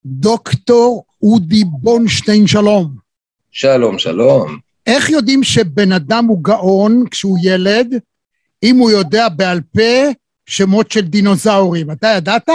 דוקטור אודי בונשטיין, שלום. שלום, שלום. איך יודעים שבן אדם הוא גאון כשהוא ילד, אם הוא יודע בעל פה שמות של דינוזאורים? אתה ידעת?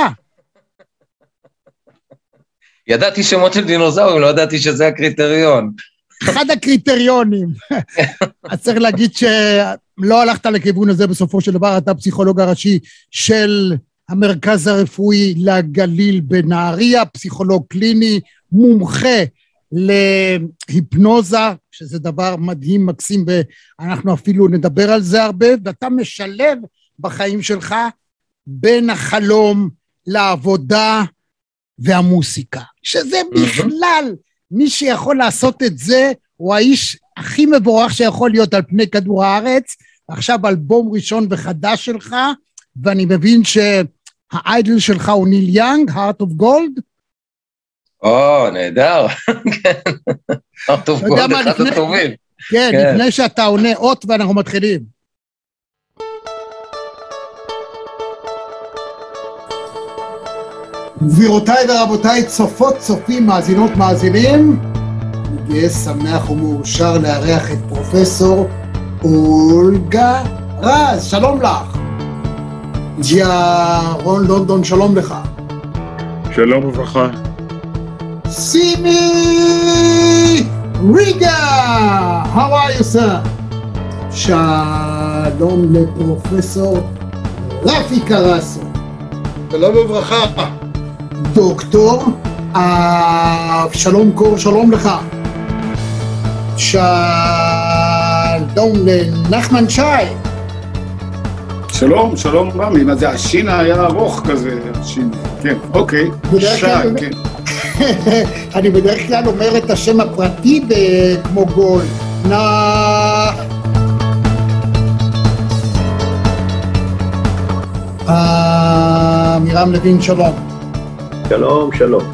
ידעתי שמות של דינוזאורים, לא ידעתי שזה הקריטריון. אחד הקריטריונים. אז צריך להגיד שלא הלכת לכיוון הזה בסופו של דבר, אתה הפסיכולוג הראשי של המרכז הרפואי לגליל בנהריה, פסיכולוג קליני, מומחה להיפנוזה, שזה דבר מדהים, מקסים, ואנחנו אפילו נדבר על זה הרבה, ואתה משלב בחיים שלך בין החלום לעבודה והמוסיקה, שזה בכלל, מי שיכול לעשות את זה, הוא האיש הכי מבורך שיכול להיות על פני כדור הארץ. עכשיו אלבום ראשון וחדש שלך, ואני מבין שהאיידל שלך הוא ניל יאנג, Heart of Gold. נהדר. Heart of Gold, אחד הטובים. כן, לפני שאתה עונה אות ואנחנו מתחילים. גבירותיי ורבותיי, צופות, צופים, מאזינות, מאזינים, אני גאה, שמח ומאושר לארח את פרופסור אולגה רז. שלום לך. רון לונדון, שלום לך. שלום וברכה. סימי ריגה, how are you sir? שלום לפרופסור רפי קרסו. שלום וברכה. דוקטור שלום קור, שלום לך. שלום לנחמן שי. שלום, שלום רמי, מה זה, השין היה ארוך כזה, השין, כן, אוקיי, שי, כן. אני בדרך כלל אומר את השם הפרטי כמו גול. מירם לוין, שלום. שלום, שלום.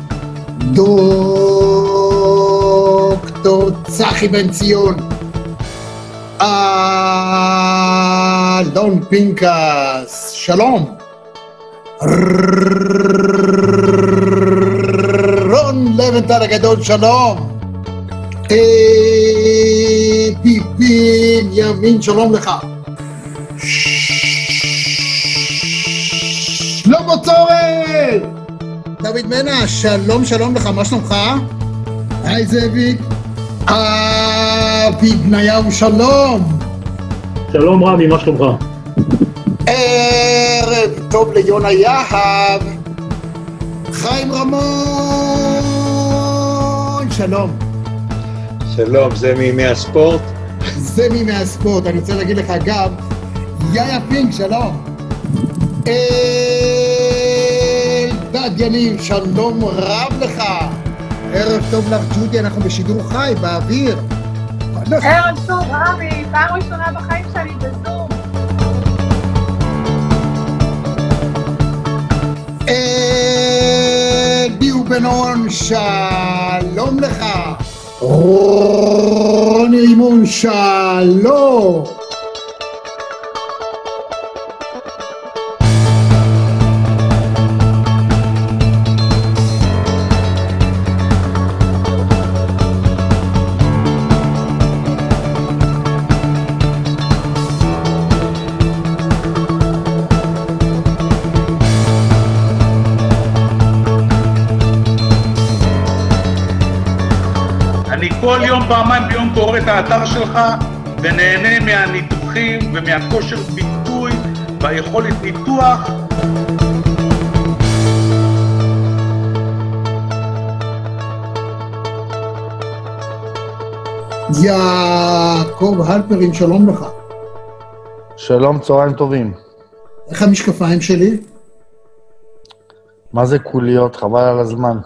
דוקטור צחי בן ציון. אלון פינקס, שלום. רון לבנטל הגדול, שלום. ביבין ימין, שלום לך. שלמה צורן. דוד מנה, שלום, שלום לך, מה שלומך? היי זאביק. אבי בניהו, שלום. שלום רמי, מה שלומך? ערב טוב ליונה יהב. חיים רמון, שלום. שלום, זה מימי הספורט? זה מימי הספורט, אני רוצה להגיד לך אגב, יאיה פינק, שלום. אלדד יניב, שלום רב לך. ערב טוב לך ג'ודי, אנחנו בשידור חי, באוויר. ערב טוב רמי, פעם ראשונה בחיים שלי בזום. ביו בנון, שלום לך. רוני רימון, שלום. כל יום, פעמיים ביום קורא את האתר שלך ונהנה מהניתוחים ומהכושר ביטוי והיכולת ניתוח. יעקב הלפרין, שלום לך. שלום, צהריים טובים. איך המשקפיים שלי? מה זה קוליות? חבל על הזמן.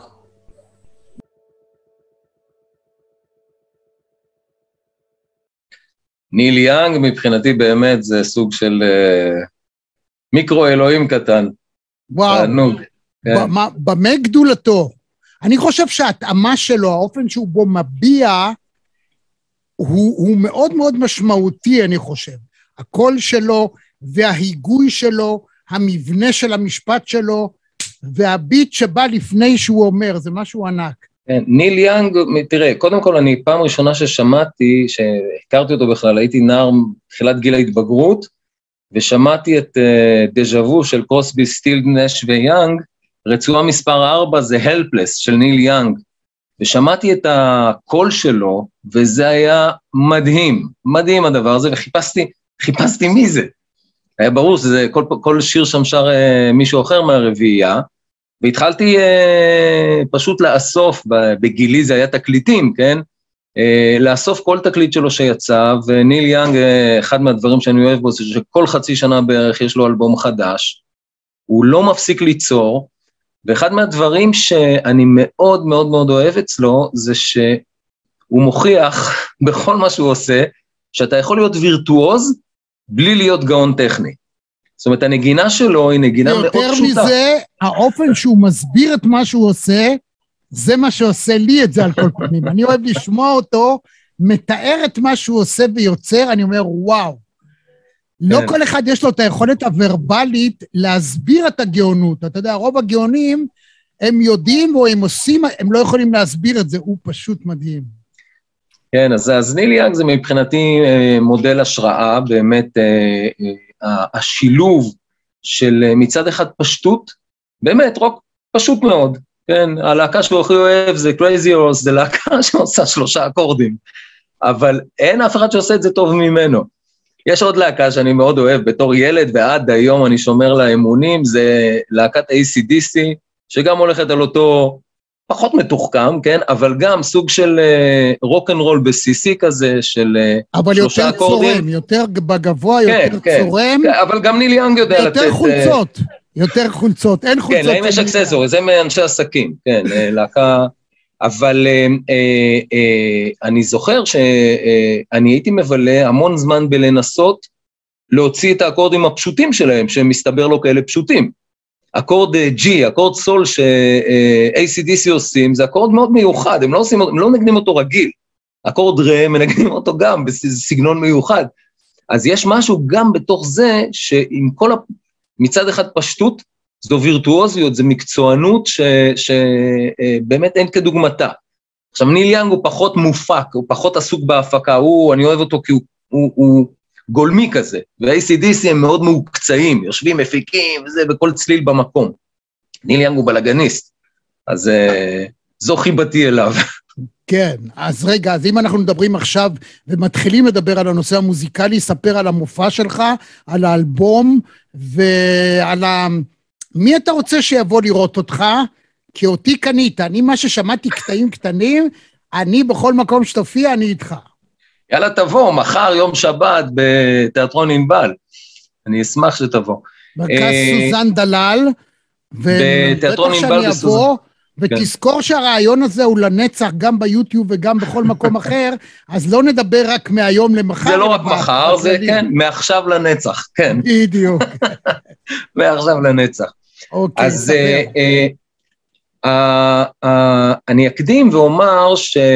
ניל יאנג מבחינתי באמת זה סוג של מיקרו אלוהים קטן. וואו, במה גדולתו? אני חושב שההתאמה שלו, האופן שהוא בו מביע, הוא מאוד מאוד משמעותי, אני חושב. הקול שלו וההיגוי שלו, המבנה של המשפט שלו, והביט שבא לפני שהוא אומר, זה משהו ענק. ניל יאנג, תראה, קודם כל אני פעם ראשונה ששמעתי, שהכרתי אותו בכלל, הייתי נער תחילת גיל ההתבגרות, ושמעתי את דז'ה-וו של קרוסבי, סטילס, נש ויאנג, רצועה מספר 4 זה Helpless של ניל יאנג, ושמעתי את הקול שלו, וזה היה מדהים, מדהים הדבר הזה, וחיפשתי מי זה. היה ברור שזה כל שיר שם שר מישהו אחר מהרביעייה, והתחלתי פשוט לאסוף, בגילי זה היה תקליטים, כן? לאסוף כל תקליט שלו שיצא, וניל יאנג, אחד מהדברים שאני אוהב בו, זה שכל חצי שנה בערך יש לו אלבום חדש, הוא לא מפסיק ליצור, ואחד מהדברים שאני מאוד מאוד מאוד אוהב אצלו, זה שהוא מוכיח בכל מה שהוא עושה, שאתה יכול להיות וירטואוז, בלי להיות גאון טכני. זאת אומרת, הנגינה שלו היא נגינה מאוד פשוטה. יותר מזה, האופן שהוא מסביר את מה שהוא עושה, זה מה שעושה לי את זה על כל פנים. אני אוהב לשמוע אותו, מתאר את מה שהוא עושה ויוצר, אני אומר, וואו. לא כל אחד יש לו את היכולת הוורבלית להסביר את הגאונות. אתה יודע, רוב הגאונים, הם יודעים או הם עושים, הם לא יכולים להסביר את זה, הוא פשוט מדהים. כן, אז ניל יאנג זה מבחינתי מודל השראה, באמת השילוב של מצד אחד פשטות, באמת רוק פשוט מאוד, כן, הלהקה שהוא הכי אוהב זה Crazy Horse, זה להקה שעושה 3 אקורדים, אבל אין אף אחד שעושה את זה טוב ממנו. יש עוד להקה שאני מאוד אוהב, בתור ילד ועד היום אני שומר לה אמונים, זה להקת AC/DC, שגם הולכת על אותו פחות מתוחכם, כן, אבל גם סוג של רוק אנד רול בסיסי כזה, של 3 אקורדים. אבל יותר בגבוה, יותר צורם. כן, אבל גם ניל יאנג יודע לתת... יותר חולצות, אין חולצות. כן, להם יש אקססורי, זה מאנשי עסקים, כן, להקה... אבל אני זוכר שאני הייתי מבלה המון זמן בלנסות להוציא את האקורדים הפשוטים שלהם, שהם מסתבר לו כאלה פשוטים. אקורד G, אקורד סול ש-AC/DC עושים, זה אקורד מאוד מיוחד, הם לא נגנים אותו רגיל. אקורד רם, מנגנים אותו גם בסגנון מיוחד. אז יש משהו גם בתוך זה, שעם כל מצד אחד פשטות, זו וירטואוזיות, זו מקצוענות שבאמת אין כדוגמתה. עכשיו, ניל יאנג הוא פחות מופק, הוא פחות עסוק בהפקה, אני אוהב אותו כי הוא גולמי כזה, ו-AC/DC הם מאוד מוקצעים, יושבים, מפיקים, וזה, וכל צליל במקום. ניל יאנג הוא בלגניסט, אז זו חיבתי אליו. כן, אז רגע, אז אם אנחנו מדברים עכשיו, ומתחילים לדבר על הנושא המוזיקלי, ספר על המופע שלך, על האלבום, ועל מי אתה רוצה שיבוא לראות אותך? כי אותי קנית, אני מה ששמעתי קטעים קטנים, אני בכל מקום שתופיע, אני איתך. יאללה תבוא, מחר יום שבת בתיאטרון ענבל, אני אשמח שתבוא. מרכז סוזן דלל, בתיאטרון ענבל וסוזן. ותזכור שהרעיון הזה הוא לנצח גם ביוטיוב וגם בכל מקום אחר, אז לא נדבר רק מהיום למחר. זה לא רק מחר, זה כן, מעכשיו לנצח, כן. בדיוק. מעכשיו לנצח. אוקיי, אז אני אקדים ואומר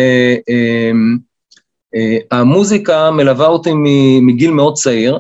שהמוזיקה מלווה אותי מגיל מאוד צעיר,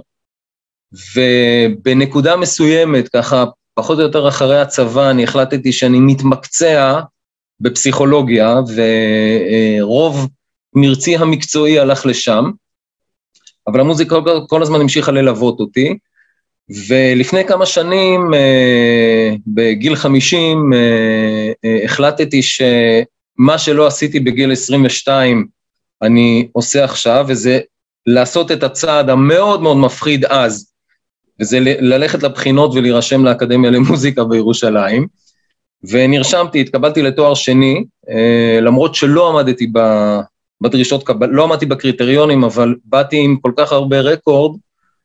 ובנקודה מסוימת, ככה פחות או יותר אחרי הצבא, אני החלטתי שאני מתמקצע בפסיכולוגיה, ורוב מרצי המקצועי הלך לשם, אבל המוזיקה כל הזמן המשיכה ללוות אותי, ולפני כמה שנים, בגיל 50, החלטתי שמה שלא עשיתי בגיל 22, אני עושה עכשיו, וזה לעשות את הצעד המאוד מאוד מפחיד אז, וזה ללכת לבחינות ולהירשם לאקדמיה למוזיקה בירושלים, ונרשמתי, התקבלתי לתואר שני, למרות שלא עמדתי בדרישות, לא עמדתי בקריטריונים, אבל באתי עם כל כך הרבה רקורד,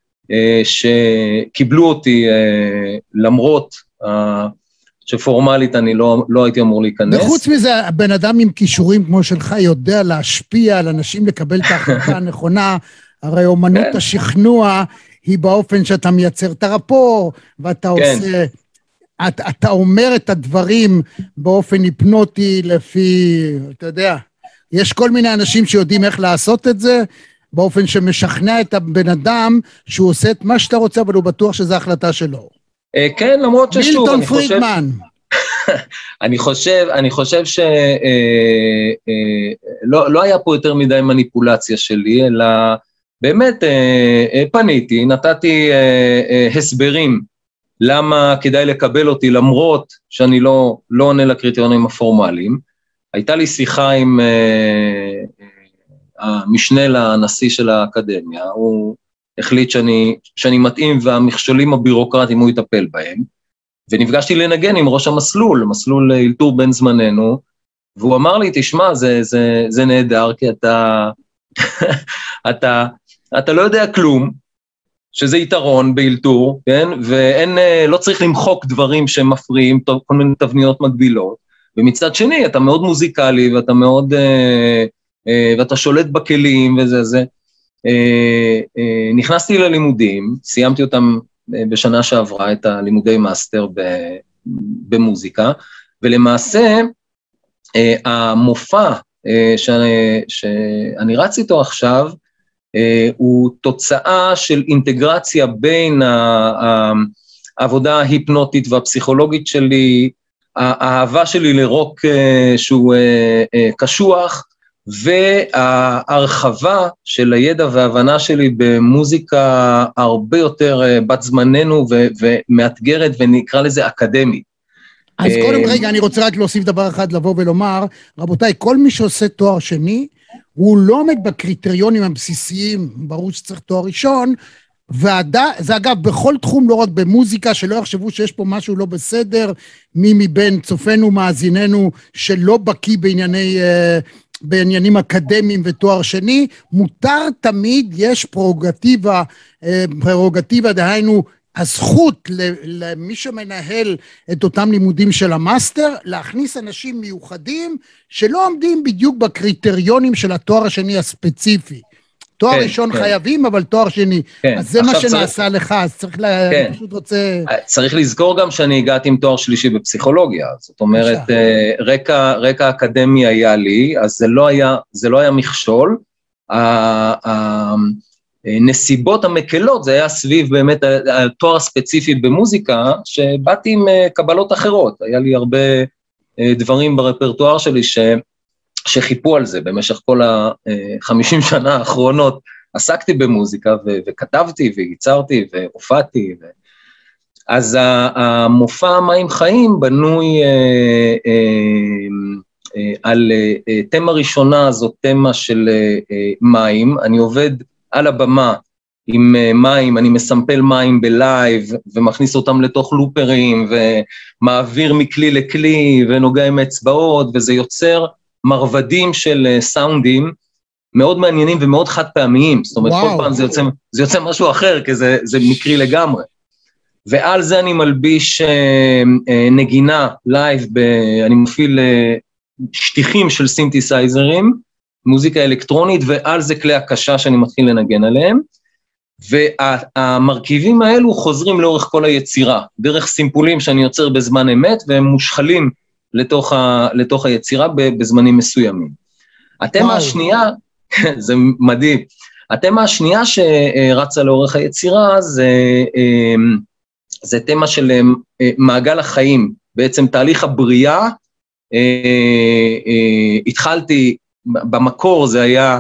שקיבלו אותי למרות שפורמלית אני לא הייתי אמור להיכנס. וחוץ מזה, הבן אדם עם כישורים כמו שלך יודע להשפיע על אנשים לקבל את ההחלטה הנכונה, הרי אומנות השכנוע היא באופן שאתה מייצר את הרפור, ואתה עושה, אתה אומר את הדברים באופן היפנוטי לפי, אתה יודע, יש כל מיני אנשים שיודעים איך לעשות את זה, באופן שמשכנע את הבן אדם שהוא עושה את מה שאתה רוצה, אבל הוא בטוח שזו החלטה שלו. כן, למרות ששוב, מילטון פרידמן. אני חושב לא היה פה יותר מדי מניפולציה שלי, אלא באמת פניתי, נתתי הסברים למה כדאי לקבל אותי, למרות שאני לא עונה לקריטריונים הפורמליים. הייתה לי שיחה עם המשנה לנשיא של האקדמיה, הוא החליט שאני מתאים והמכשולים הבירוקרטיים הוא יטפל בהם, ונפגשתי לנגן עם ראש המסלול, מסלול אלתור בן זמננו, והוא אמר לי, תשמע, זה נהדר, כי אתה לא יודע כלום, שזה יתרון באלתור, כן? לא צריך למחוק דברים שמפריעים, כל מיני תבניות מגבילות, ומצד שני, אתה מאוד מוזיקלי, ואתה שולט בכלים וזה. נכנסתי ללימודים, סיימתי אותם בשנה שעברה, את הלימודי מאסטר במוזיקה, ולמעשה, המופע שאני רץ איתו עכשיו, הוא תוצאה של אינטגרציה בין העבודה ההיפנוטית והפסיכולוגית שלי, האהבה שלי לרוק שהוא קשוח, וההרחבה של הידע וההבנה שלי במוזיקה הרבה יותר בת זמננו ומאתגרת ונקרא לזה אקדמי. אז קודם רגע, אני רוצה רק להוסיף דבר אחד, לבוא ולומר, רבותיי, כל מי שעושה תואר שני, הוא לא עומד בקריטריונים הבסיסיים, ברור שצריך תואר ראשון, זה אגב בכל תחום, לא רק במוזיקה, שלא יחשבו שיש פה משהו לא בסדר, מי מבין צופינו, מאזיננו, שלא בקיא בעניינים אקדמיים ותואר שני, מותר תמיד, יש פררוגטיבה, דהיינו, הזכות למי שמנהל את אותם לימודים של המאסטר, להכניס אנשים מיוחדים שלא עומדים בדיוק בקריטריונים של התואר השני הספציפי. תואר ראשון חייבים, אבל תואר שני. אז זה מה שנעשה לך, אז צריך פשוט רוצה... צריך לזכור גם שאני הגעתי עם תואר שלישי בפסיכולוגיה, זאת אומרת, רקע אקדמי היה לי, אז זה לא היה מכשול, נסיבות המקלות, זה היה סביב באמת התואר הספציפי במוזיקה, שבאתי עם קבלות אחרות, היה לי הרבה דברים ברפרטואר שלי שחיפו על זה, במשך כל ה-50 שנה האחרונות, עסקתי במוזיקה וכתבתי וייצרתי והופעתי, אז המופע מים חיים בנוי על תמה ראשונה, זאת תמה של מים, אני עובד על הבמה עם מים, אני מסמפל מים בלייב, ומכניס אותם לתוך לופרים, ומעביר מכלי לכלי, ונוגע עם אצבעות, וזה יוצר מרבדים של סאונדים, מאוד מעניינים ומאוד חד פעמיים, זאת אומרת, כל פעם זה יוצא משהו אחר, כי זה מקרי לגמרי. ועל זה אני מלביש נגינה לייב, אני מפעיל שטיחים של סינתסייזרים, מוזיקה אלקטרונית, ועל זה כלי הקשה שאני מתחיל לנגן עליהם, והמרכיבים האלו חוזרים לאורך כל היצירה, דרך סימפולים שאני יוצר בזמן אמת, והם מושחלים לתוך היצירה בזמנים מסוימים. התמה השנייה, זה מדהים, התמה השנייה שרצה לאורך היצירה, זה תמה של מעגל החיים, בעצם תהליך הבריאה, התחלתי, במקור זה היה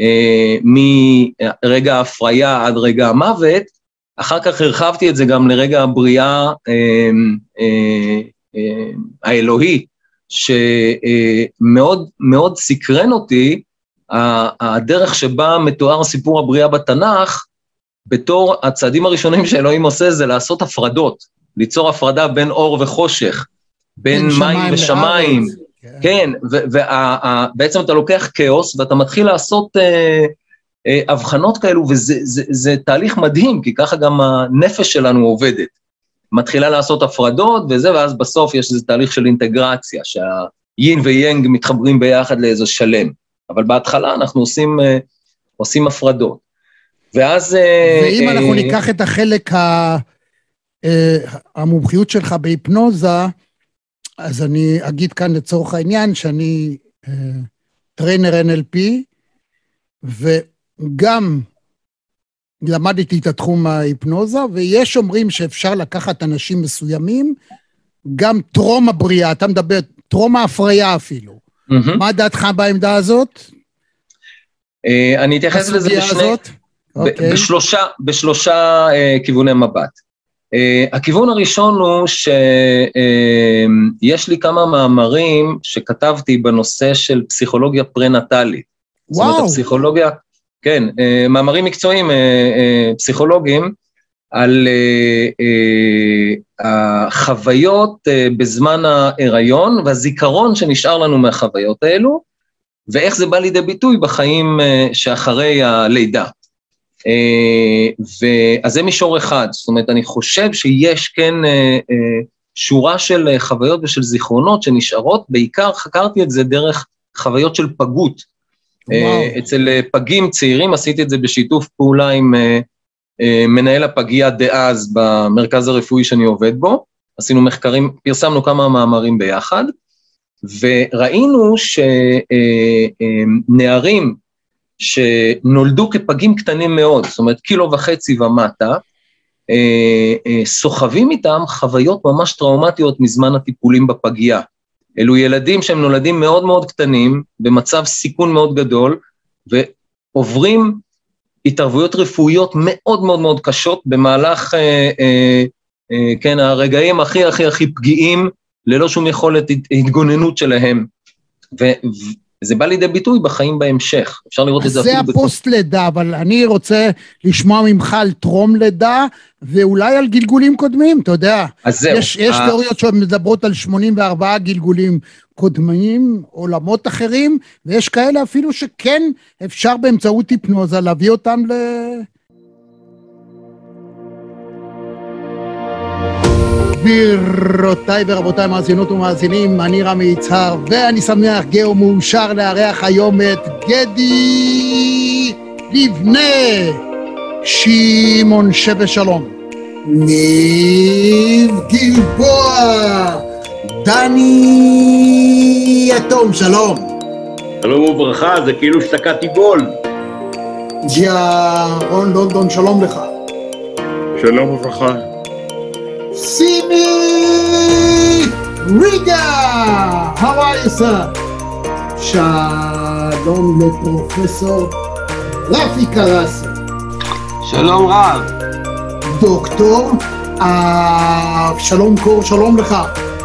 מרגע ההפריה עד רגע המוות, אחר כך הרחבתי את זה גם לרגע הבריאה האלוהי, שמאוד מאוד סקרן אותי, הדרך שבה מתואר סיפור הבריאה בתנ"ך, בתור הצעדים הראשונים שאלוהים עושה זה לעשות הפרדות, ליצור הפרדה בין אור וחושך, בין מים ושמיים, כן, ובעצם אתה לוקח כאוס, ואתה מתחיל לעשות הבחנות כאלו, וזה תהליך מדהים, כי ככה גם הנפש שלנו עובדת, מתחילה לעשות הפרדות, וזה, ואז בסוף יש איזה תהליך של אינטגרציה, שהיין ויינג מתחברים ביחד לאיזה שלם, אבל בהתחלה אנחנו עושים הפרדות, ואז... ואם אנחנו ניקח את החלק המומחיות שלך בהיפנוזה, אז אני אגיד כאן לצורך העניין שאני טריינר NLP, וגם למדתי את התחום ההיפנוזה, ויש אומרים שאפשר לקחת אנשים מסוימים, גם טרום הבריאה, אתה מדבר, טרום ההפריה אפילו. מה דעתך בעמדה הזאת? אני אתייחס לזה בשלושה כיווני מבט. הכיוון הראשון הוא שיש לי כמה מאמרים שכתבתי בנושא של פסיכולוגיה פרנטלית. זאת אומרת, הפסיכולוגיה, כן, מאמרים מקצועיים פסיכולוגיים על החוויות בזמן ההיריון והזיכרון שנשאר לנו מהחוויות האלו, ואיך זה בא לידי ביטוי בחיים שאחרי הלידה. אז זה מישור אחד, זאת אומרת, אני חושב שיש כן שורה של חוויות ושל זיכרונות שנשארות, בעיקר חקרתי את זה דרך חוויות של פגות. אצל פגים צעירים עשיתי את זה בשיתוף פעולה עם מנהל הפגייה דאז במרכז הרפואי שאני עובד בו, עשינו מחקרים, פרסמנו כמה מאמרים ביחד, וראינו שנערים שנולדו כפגים קטנים מאוד, זאת אומרת 1.5 קילו ומטה, סוחבים איתם חוויות ממש טראומטיות מזמן הטיפולים בפגייה. אלו ילדים שהם נולדים מאוד מאוד קטנים, במצב סיכון מאוד גדול, ועוברים התערבויות רפואיות מאוד מאוד מאוד קשות, במהלך כן, הרגעים הכי פגיעים, ללא שום יכולת התגוננות שלהם, וזה בא לידי ביטוי בחיים בהמשך, אפשר לראות את זה. זה הפוסט לידה, אבל אני רוצה לשמוע ממך על טרום לידה, ואולי על גלגולים קודמים, אתה יודע. אז זהו. יש תיאוריות שמדברות על 84 גלגולים קודמים, עולמות אחרים, ויש כאלה אפילו שכן אפשר באמצעות היפנוזה להביא אותם גבירותיי ורבותיי, מאזינות ומאזינים, אני רמי יצהר, ואני שמח גאו מאושר לארח היום את גדי לבנה, שמעון שווה שלום, ניב גלבוע, דני יתום, שלום. שלום וברכה, זה כאילו שתקעתי גול. ג'ירון לונדון, שלום לך. שלום וברכה. סימי ריגה, how are you sir? שלום לפרופסור רפי קרסי. שלום רב. דוקטור שלום קור, שלום לך.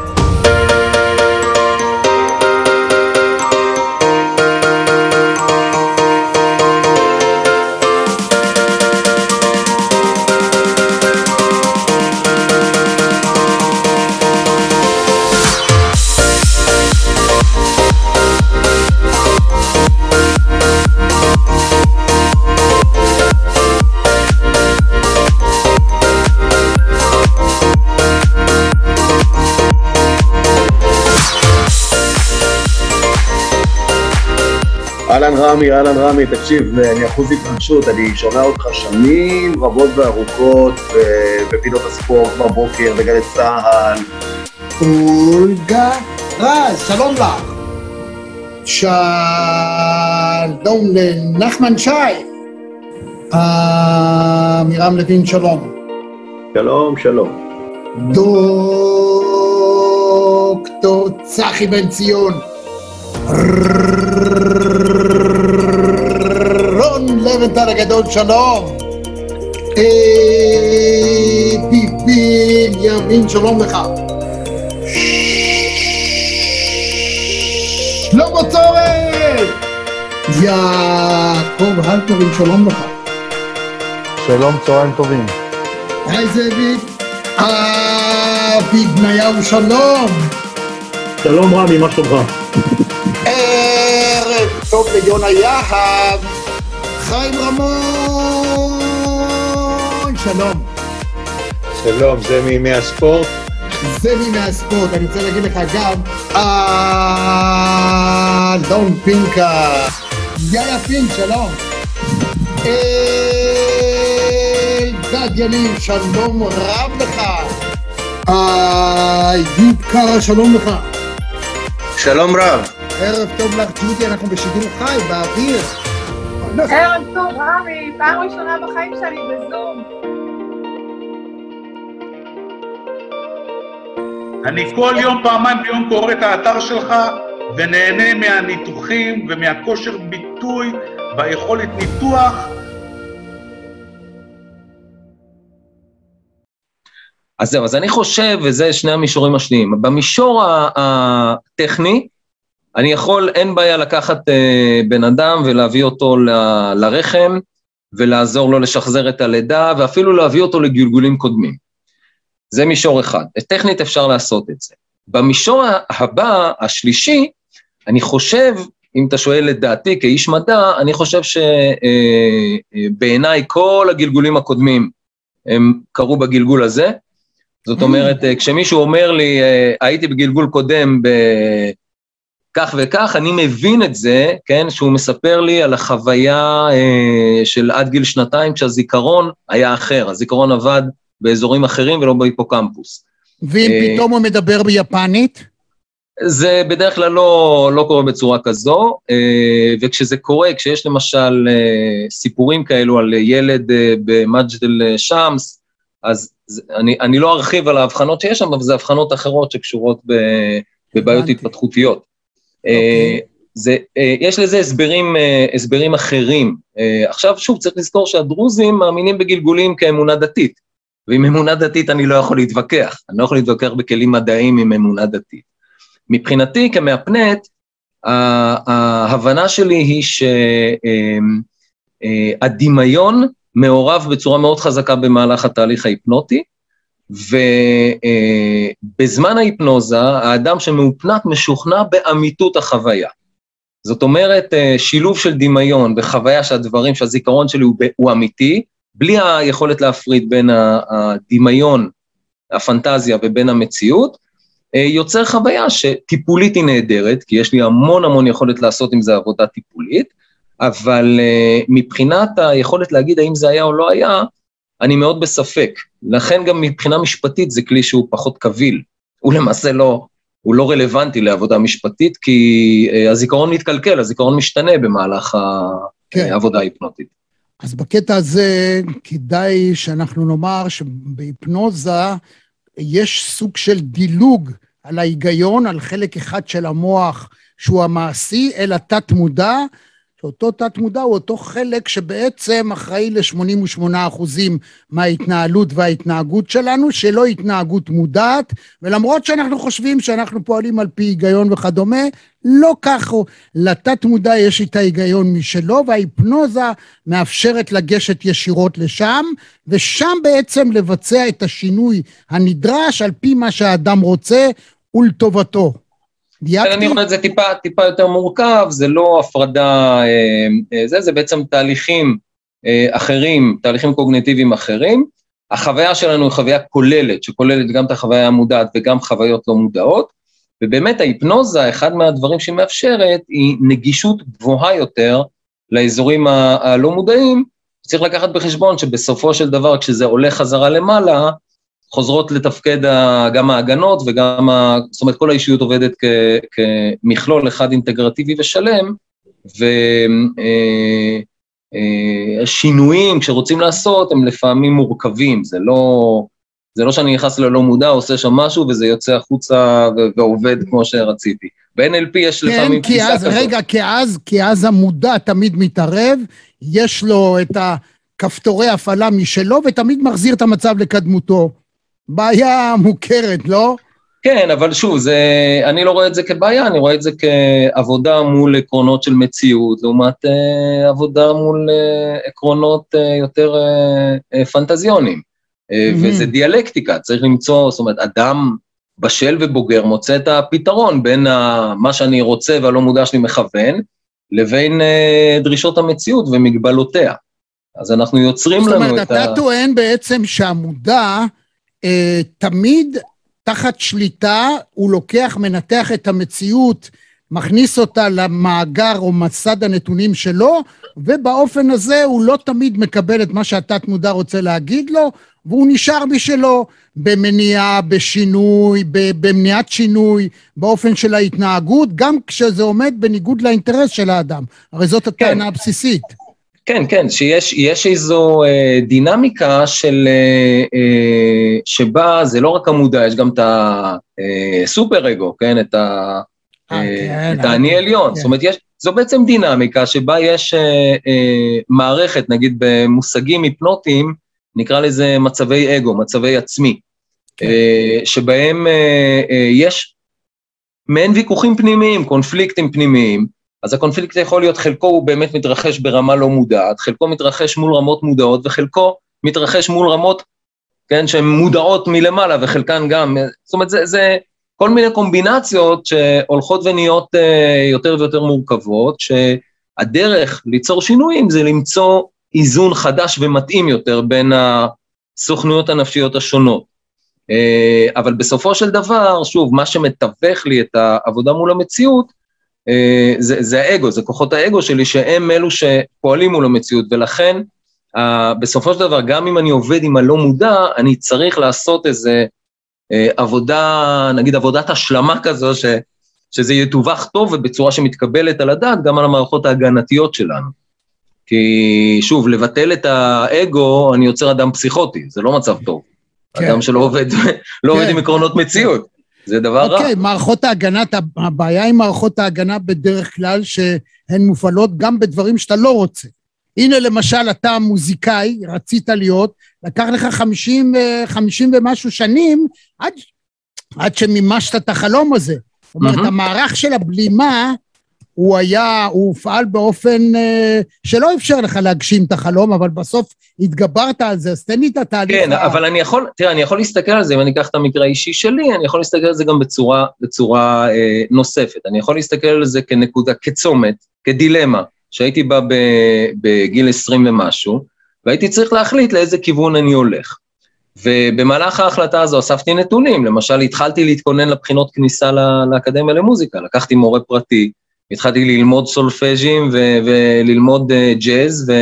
אהלן רמי, תקשיב, אני אחוז התרגשות, אני שומע אותך שנים רבות וארוכות בפינות הספורט בבוקר, בגלי צהל. אולגה רז, שלום לך. שלום לנחמן שי. מירם לוין, שלום. שלום. דוקטור צחי בן ציון. רון לבנטל הגדול, שלום. ביביל ימין, שלום לך. שלמה צורן. יעקב הלפרין, שלום לך. שלום, צהריים טובים. היי זאביק. אבי בניהו, שלום. שלום רמי, מה שלומך? ערב טוב ליונה יהב. חיים רמון, שלום. שלום, זה מימי הספורט? זה מימי הספורט, אני רוצה להגיד לך גם דון פינקה. יאיה פינק, שלום. אלדד יניב, שלום רב לך. יוב קרה, שלום לך. שלום רב. ערב טוב לך, ג'ודי, אנחנו בשידור חי, באוויר. ערב טוב, רמי, פעם ראשונה בחיים שלי בזום. אני כל יום, פעמיים ביום קורא את האתר שלך, ונהנה מהניתוחים ומהכושר ביטוי והיכולת ניתוח. אז זהו, אז אני חושב, וזה שני המישורים השניים, במישור הטכני, אני יכול, אין בעיה לקחת בן אדם ולהביא אותו לרחם, ולעזור לו לשחזר את הלידה, ואפילו להביא אותו לגלגולים קודמים. זה מישור אחד. טכנית אפשר לעשות את זה. במישור הבא, השלישי, אני חושב, אם אתה שואל את דעתי כאיש מדע, אני חושב שבעיניי כל הגלגולים הקודמים, הם קרו בגלגול הזה. זאת אומרת, כשמישהו אומר לי, הייתי בגלגול קודם כך וכך, אני מבין את זה, כן, שהוא מספר לי על החוויה של עד גיל 2, כשהזיכרון היה אחר, הזיכרון עבד באזורים אחרים ולא בהיפוקמפוס. ואם פתאום הוא מדבר ביפנית? זה בדרך כלל לא קורה בצורה כזו, וכשזה קורה, כשיש למשל סיפורים כאלו על ילד במג'דל שמס, אז אני לא ארחיב על ההבחנות שיש שם, אבל זה הבחנות אחרות שקשורות בבעיות התפתחותיות. יש לזה הסברים אחרים. עכשיו שוב צריך לזכור שהדרוזים מאמינים בגלגולים כאמונה דתית, ועם אמונה דתית אני לא יכול להתווכח, אני לא יכול להתווכח בכלים מדעיים עם אמונה דתית. מבחינתי כמאפנט, ההבנה שלי היא שהדמיון מעורב בצורה מאוד חזקה במהלך התהליך ההיפנוטי, ובזמן ההיפנוזה, האדם שמאופנת משוכנע באמיתות החוויה. זאת אומרת, שילוב של דמיון וחוויה שהדברים, שהזיכרון שלי הוא אמיתי, בלי היכולת להפריד בין הדמיון, הפנטזיה ובין המציאות, יוצר חוויה שטיפולית היא נהדרת, כי יש לי המון יכולת לעשות עם זה עבודה טיפולית, אבל מבחינת היכולת להגיד האם זה היה או לא היה, אני מאוד בספק. לכן גם מבחינה משפטית זה כלי שהוא פחות קביל. הוא למעשה הוא לא רלוונטי לעבודה משפטית, כי הזיכרון מתקלקל, הזיכרון משתנה במהלך העבודה ההיפנוטית. אז בקטע הזה כדאי שאנחנו נאמר שבהיפנוזה יש סוג של דילוג על ההיגיון, על חלק אחד של המוח שהוא המעשי, אל התת מודע, שאותו תת מודע הוא אותו חלק שבעצם אחראי ל-88% מההתנהלות וההתנהגות שלנו, שלא התנהגות מודעת, ולמרות שאנחנו חושבים שאנחנו פועלים על פי היגיון וכדומה, לא כך, לתת מודע יש את ההיגיון משלו, וההיפנוזה מאפשרת לגשת ישירות לשם, ושם בעצם לבצע את השינוי הנדרש על פי מה שהאדם רוצה ולטובתו. אני רואה את זה טיפה יותר מורכב, זה לא הפרדה, זה בעצם תהליכים אחרים, תהליכים קוגניטיביים אחרים. החוויה שלנו היא חוויה כוללת, שכוללת גם את החוויה המודעת וגם חוויות לא מודעות, ובאמת ההיפנוזה, אחד מהדברים שהיא מאפשרת, היא נגישות גבוהה יותר לאזורים הלא מודעים. צריך לקחת בחשבון שבסופו של דבר, כשזה עולה חזרה למעלה, חוזרות לתפקד גם ההגנות וגם, זאת אומרת, כל האישיות עובדת כמכלול אחד אינטגרטיבי ושלם, והשינויים שרוצים לעשות הם לפעמים מורכבים, זה לא שאני נכנס ללא מודע, עושה שם משהו וזה יוצא החוצה ועובד כמו שרציתי. ב-NLP יש לפעמים תפיסה כזאת. רגע, כי אז המודע תמיד מתערב, יש לו את הכפתורי הפעלה משלו ותמיד מחזיר את המצב לקדמותו. בעיה מוכרת, לא? כן, אבל שוב, אני לא רואה את זה כבעיה, אני רואה את זה כעבודה מול עקרונות של מציאות, לעומת עבודה מול עקרונות יותר פנטזיוניים, וזה דיאלקטיקה, צריך למצוא, זאת אומרת, אדם בשל ובוגר מוצא את הפתרון בין מה שאני רוצה והלא מודע שלי מכוון, לבין דרישות המציאות ומגבלותיה. אז אנחנו יוצרים לנו את זאת אומרת, אתה טוען בעצם שהמודע תמיד תחת שליטה, הוא לוקח, מנתח את המציאות, מכניס אותה למאגר או מסד הנתונים שלו, ובאופן הזה הוא לא תמיד מקבל את מה שהתת מודע רוצה להגיד לו, והוא נשאר בשלו במניעה, בשינוי, במניעת שינוי, באופן של ההתנהגות, גם כשזה עומד בניגוד לאינטרס של האדם. הרי זאת הטענה הבסיסית. כן, כן, שיש איזו דינמיקה שבה זה לא רק המודע, יש גם את הסופר אגו, כן, את האני עליון, זאת אומרת, זו בעצם דינמיקה שבה יש מערכת, נגיד במושגים היפנוטיים, נקרא לזה מצבי אגו, מצבי עצמי, שבהם יש מעין ויכוחים פנימיים, קונפליקטים פנימיים, אז הקונפליקט יכול להיות, חלקו הוא באמת מתרחש ברמה לא מודעת, חלקו מתרחש מול רמות מודעות, וחלקו מתרחש מול רמות, כן, שהן מודעות מלמעלה, וחלקן גם, זאת אומרת, זה כל מיני קומבינציות שהולכות ונהיות יותר ויותר מורכבות, שהדרך ליצור שינויים זה למצוא איזון חדש ומתאים יותר בין הסוכנויות הנפשיות השונות. אבל בסופו של דבר, שוב, מה שמתווך לי את העבודה מול המציאות, זה האגו, זה כוחות האגו שלי, שהם אלו שפועלים מול המציאות, ולכן, בסופו של דבר, גם אם אני עובד עם הלא מודע, אני צריך לעשות איזה עבודה, נגיד עבודת השלמה כזו, שזה יתווך טוב, ובצורה שמתקבלת על הדעת, גם על המערכות ההגנתיות שלנו. כי שוב, לבטל את האגו, אני יוצר אדם פסיכוטי, זה לא מצב טוב. אדם שלא עובד, לא עובד עם עקרונות מציאות. זה דבר רע. אוקיי, מערכות ההגנה, הבעיה עם מערכות ההגנה בדרך כלל שהן מופעלות גם בדברים שאתה לא רוצה. הנה למשל, אתה מוזיקאי, רצית להיות, לקח לך 50 ומשהו שנים, עד שמימשת את החלום הזה. זאת אומרת, המערך של הבלימה, הוא הופעל באופן שלא אפשר לך להגשים את החלום, אבל בסוף התגברת על זה, אז תן לי את התהליך. כן, אבל אני יכול להסתכל על זה, אם אני אקח את המקרה האישי שלי, אני יכול להסתכל על זה גם בצורה נוספת. אני יכול להסתכל על זה כנקודה, כצומת, כדילמה, שהייתי בה בגיל 20 ומשהו, והייתי צריך להחליט לאיזה כיוון אני הולך. ובמהלך ההחלטה הזו אספתי נתונים, למשל התחלתי להתכונן לבחינות כניסה לאקדמיה למוזיקה, לקחתי מורה פרטי, התחלתי ללמוד סולפג'ים וללמוד ג'אז,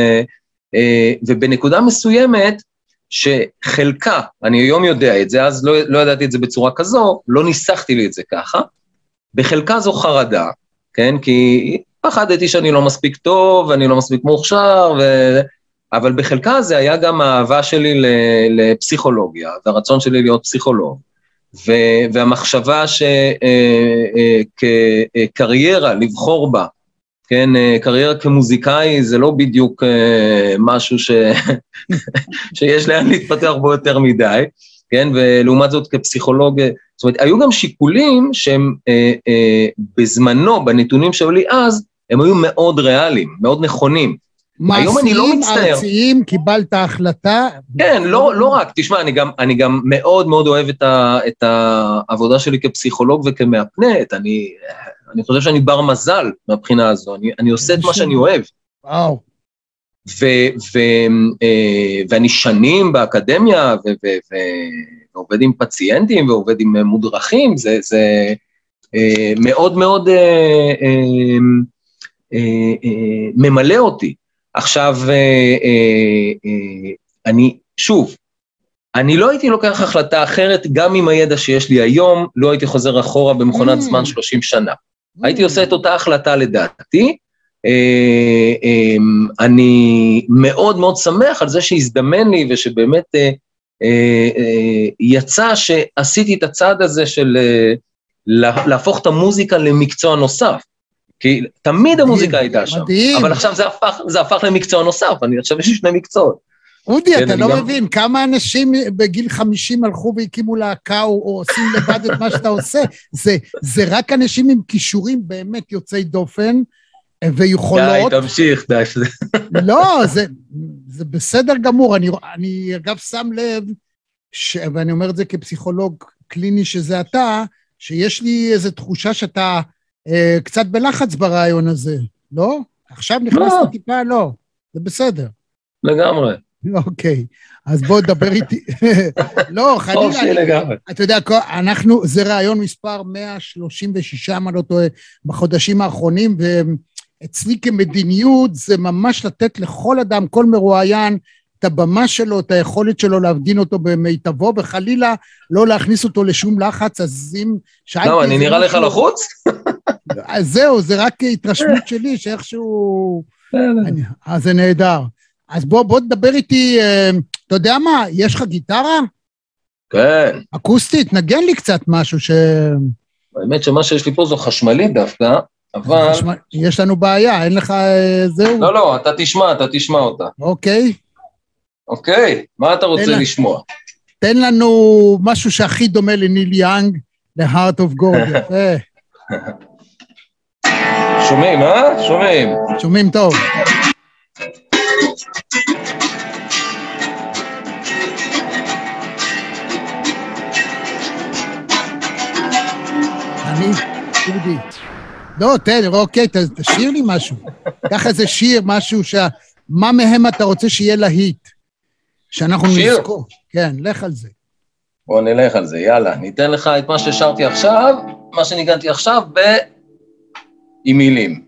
ובנקודה מסוימת שחלקה, אני היום יודע את זה, אז לא ידעתי את זה בצורה כזו, לא ניסחתי לי את זה ככה, בחלקה זו חרדה, כן, כי פחדתי שאני לא מספיק טוב, אני לא מספיק מוכשר, אבל בחלקה זה היה גם האהבה שלי לפסיכולוגיה, והרצון שלי להיות פסיכולוג, והמחשבה שקריירה, לבחור בה, כן, קריירה כמוזיקאי זה לא בדיוק משהו שיש לאן להתפתח בו יותר מדי, כן, ולעומת זאת כפסיכולוג, זאת אומרת, היו גם שיקולים שהם בזמנו, בנתונים שהיו לי אז, הם היו מאוד ריאליים, מאוד נכונים. מעשיים, ארציים, קיבלת החלטה? כן, לא רק, תשמע, אני גם מאוד מאוד אוהב את העבודה שלי כפסיכולוג וכמאפנט, אני חושב שאני בר מזל מהבחינה הזו, אני עושה את מה שאני אוהב. וואו. ואני שנים באקדמיה, ועובד עם פציינטים, ועובד עם מודרכים, זה מאוד מאוד ממלא אותי. עכשיו, אני לא הייתי לוקח החלטה אחרת, גם עם הידע שיש לי היום, לא הייתי חוזר אחורה במכונת זמן 30 שנה. הייתי עושה את אותה החלטה לדעתי, אני מאוד מאוד שמח על זה שהזדמן לי, ושבאמת יצא שעשיתי את הצעד הזה של להפוך את המוזיקה למקצוע נוסף. כי תמיד המוזיקה הייתה שם, אבל עכשיו זה הפך למקצוע נוסף, אני עכשיו יש לי 2 מקצועות. אודי, אתה לא מבין, כמה אנשים בגיל 50 הלכו והקימו להקה, או עושים לבד את מה שאתה עושה, זה רק אנשים עם כישורים באמת יוצאי דופן, ויכולות... די, תמשיך, די. לא, זה בסדר גמור, אני אגב שם לב, ואני אומר את זה כפסיכולוג קליני שזה אתה, שיש לי איזו תחושה שאתה קצת בלחץ ברעיון הזה, לא? עכשיו נכנסת טיפה, לא, זה בסדר. לגמרי. אוקיי, אז בוא דבר איתי. לא, חלילה, אתה יודע, זה רעיון מספר 136, מה לא טועה, בחודשים האחרונים, ואצלי כמדיניות זה ממש לתת לכל אדם, כל מרואיין, את הבמה שלו, את היכולת שלו להבדין אותו במיטבו, וחלילה לא להכניס אותו לשום לחץ, אז אם שאלתי... לא, אני נראה לך לחוץ? אז זהו, זה רק התרשמות שלי, שאיכשהו... אז זה נהדר. אז בוא תדבר איתי, אתה יודע מה, יש לך גיטרה? כן. אקוסטית, נגן לי קצת משהו ש... האמת שמה שיש לי פה זו חשמלית דווקא, אבל... יש לנו בעיה, אין לך זהו? לא, אתה תשמע אותה. אוקיי, מה אתה רוצה לשמוע? תן לנו משהו שהכי דומה לניל יאנג, ל-Heart of God, יפה. שומעים, שומעים. שומעים טוב. אודי. לא, תן, אוקיי, תשאיר לי משהו. קח איזה שיר, משהו מה מהם אתה רוצה שיהיה להיט? שאנחנו נזכור. כן, לך על זה. בוא נלך על זה, יאללה. ניתן לך את מה ששרתי עכשיו, מה שניגנתי עכשיו, עם מילים.